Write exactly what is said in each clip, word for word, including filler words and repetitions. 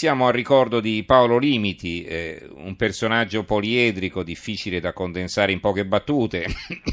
siamo al ricordo di Paolo Limiti, eh, un personaggio poliedrico, difficile da condensare in poche battute.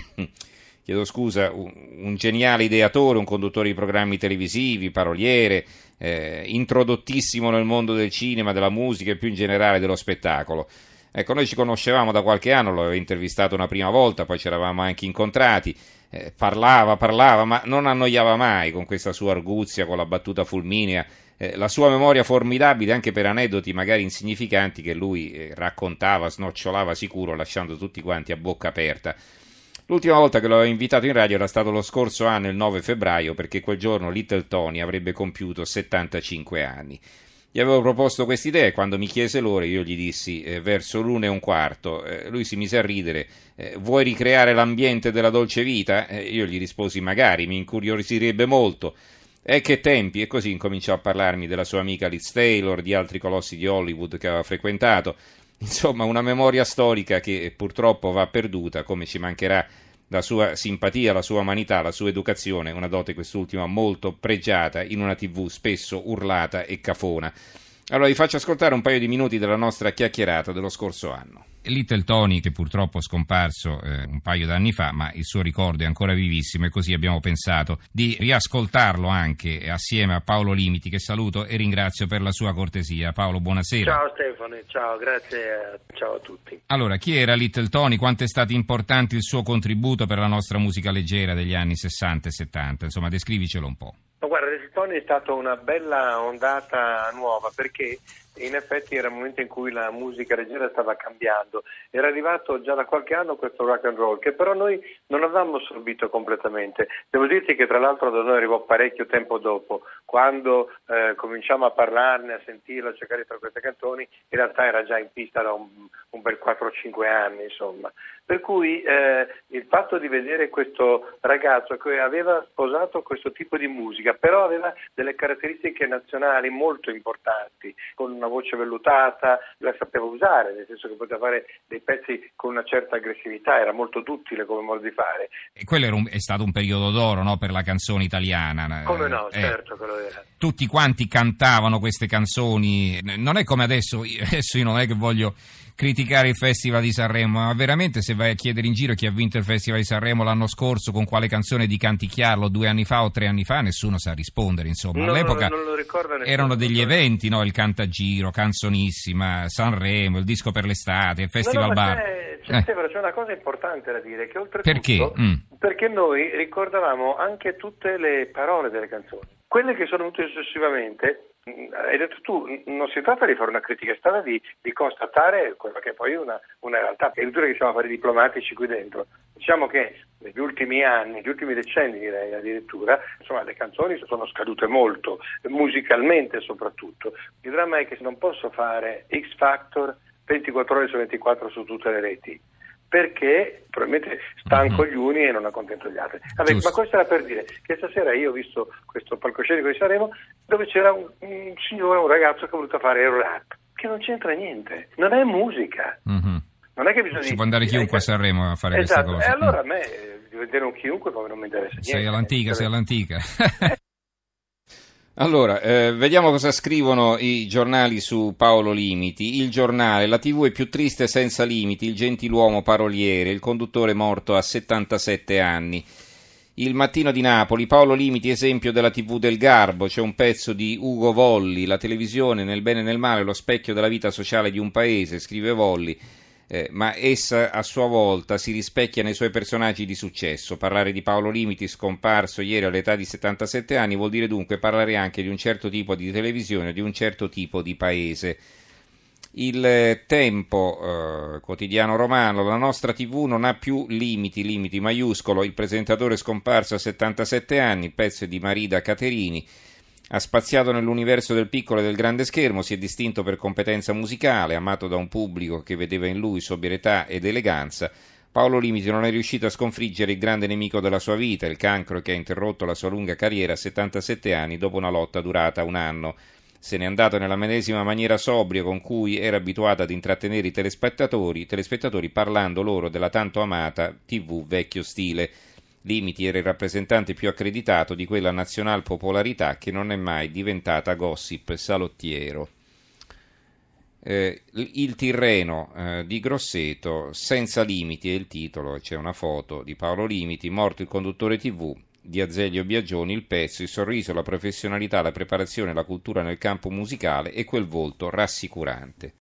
Chiedo scusa, un, un geniale ideatore, un conduttore di programmi televisivi, paroliere, eh, introdottissimo nel mondo del cinema, della musica e più in generale dello spettacolo. Ecco, noi ci conoscevamo da qualche anno, l'avevo intervistato una prima volta, poi ci eravamo anche incontrati, eh, parlava, parlava, ma non annoiava mai con questa sua arguzia, con la battuta fulminea, eh, la sua memoria formidabile anche per aneddoti magari insignificanti che lui eh, raccontava, snocciolava sicuro, lasciando tutti quanti a bocca aperta. L'ultima volta che l'avevo invitato in radio era stato lo scorso anno, il nove febbraio, perché quel giorno Little Tony avrebbe compiuto settantacinque anni. Gli avevo proposto quest'idea e quando mi chiese l'ora io gli dissi eh, verso l'una e un quarto, eh, lui si mise a ridere, eh, vuoi ricreare l'ambiente della dolce vita? Eh, io gli risposi magari, mi incuriosirebbe molto. E che tempi, e così incominciò a parlarmi della sua amica Liz Taylor, di altri colossi di Hollywood che aveva frequentato, insomma una memoria storica che purtroppo va perduta, come ci mancherà la sua simpatia, la sua umanità, la sua educazione, una dote quest'ultima molto pregiata in una tivù spesso urlata e cafona. Allora vi faccio ascoltare un paio di minuti della nostra chiacchierata dello scorso anno. Little Tony, che purtroppo è scomparso eh, un paio d'anni fa, ma il suo ricordo è ancora vivissimo e così abbiamo pensato di riascoltarlo anche assieme a Paolo Limiti, che saluto e ringrazio per la sua cortesia. Paolo, buonasera. Ciao Stefano, ciao, grazie, ciao a tutti. Allora, chi era Little Tony? Quanto è stato importante il suo contributo per la nostra musica leggera degli anni sessanta e settanta? Insomma, descrivicelo un po'. Ma guarda, Little Tony è stata una bella ondata nuova perché in effetti era il momento in cui la musica leggera stava cambiando. Era arrivato già da qualche anno questo rock and roll che però noi non avevamo assorbito completamente. Devo dirti che tra l'altro da noi arrivò parecchio tempo dopo, quando eh, cominciamo a parlarne, a sentirlo, a cercare tra queste canzoni, in realtà era già in pista da un, un bel quattro o cinque anni, insomma. Per cui eh, il fatto di vedere questo ragazzo che aveva sposato questo tipo di musica, però aveva delle caratteristiche nazionali molto importanti, con una voce vellutata, la sapeva usare, nel senso che poteva fare dei pezzi con una certa aggressività, era molto duttile come modo di fare. E quello era un, è stato un periodo d'oro, no, per la canzone italiana. Come no, eh, certo che lo era. Tutti quanti cantavano queste canzoni, non è come adesso, adesso io non è che voglio criticare il Festival di Sanremo, ma veramente se vai a chiedere in giro chi ha vinto il Festival di Sanremo l'anno scorso, con quale canzone di Canticchiarlo due anni fa o tre anni fa, nessuno sa rispondere, insomma. No, all'epoca non, non lo ricordo nessuno, erano degli eventi, no? Il Cantagiro, Canzonissima, Sanremo, il disco per l'estate, il Festival no, no, Bar. C'è, c'è, eh. Stefano, c'è una cosa importante da dire, che oltretutto perché? Mm. perché noi ricordavamo anche tutte le parole delle canzoni, quelle che sono venute successivamente. Hai detto tu, non si tratta di fare una critica, si tratta di, di constatare quella che è poi una, una realtà. È inutile che siamo a fare diplomatici qui dentro. Diciamo che negli ultimi anni, negli ultimi decenni direi addirittura, insomma le canzoni sono scadute molto, musicalmente soprattutto. Il dramma è che non posso fare X Factor ventiquattro ore su ventiquattro su tutte le reti, perché probabilmente stanco gli uni e non accontento gli altri. Vabbè, ma questo era per dire che stasera io ho visto questo palcoscenico di Sanremo dove c'era un, un signore, un ragazzo che ha voluto fare il rap, che non c'entra niente, non è musica. Mm-hmm. Non è che bisogna Ci può andare chiunque a Sanremo a fare esatto. queste cose. E allora a me di vedere un chiunque poi non mi interessa niente. Sei all'antica, sei all'antica. Allora, eh, vediamo cosa scrivono i giornali su Paolo Limiti. Il Giornale: la tivù è più triste senza limiti, il gentiluomo paroliere, il conduttore morto a settantasette anni. Il Mattino di Napoli: Paolo Limiti esempio della tivù del garbo, c'è un pezzo di Ugo Volli, la televisione nel bene e nel male, lo specchio della vita sociale di un paese, scrive Volli. Eh, ma essa a sua volta si rispecchia nei suoi personaggi di successo. Parlare di Paolo Limiti, scomparso ieri all'età di settantasette anni, vuol dire dunque parlare anche di un certo tipo di televisione, di un certo tipo di paese. Il Tempo, eh, quotidiano romano: la nostra tivù non ha più limiti, limiti maiuscolo, il presentatore scomparso a settantasette anni, il pezzo è di Marida Caterini. Ha spaziato nell'universo del piccolo e del grande schermo, si è distinto per competenza musicale, amato da un pubblico che vedeva in lui sobrietà ed eleganza. Paolo Limiti non è riuscito a sconfiggere il grande nemico della sua vita, il cancro che ha interrotto la sua lunga carriera a settantasette anni dopo una lotta durata un anno. Se n'è andato nella medesima maniera sobria con cui era abituato ad intrattenere i telespettatori, telespettatori parlando loro della tanto amata tivù vecchio stile. Limiti era il rappresentante più accreditato di quella nazional popolarità che non è mai diventata gossip salottiero. Eh, il Tirreno eh, di Grosseto, senza limiti è il titolo, c'è una foto di Paolo Limiti, morto il conduttore tivù di Azeglio Biagioni, il pezzo, il sorriso, la professionalità, la preparazione, la cultura nel campo musicale e quel volto rassicurante.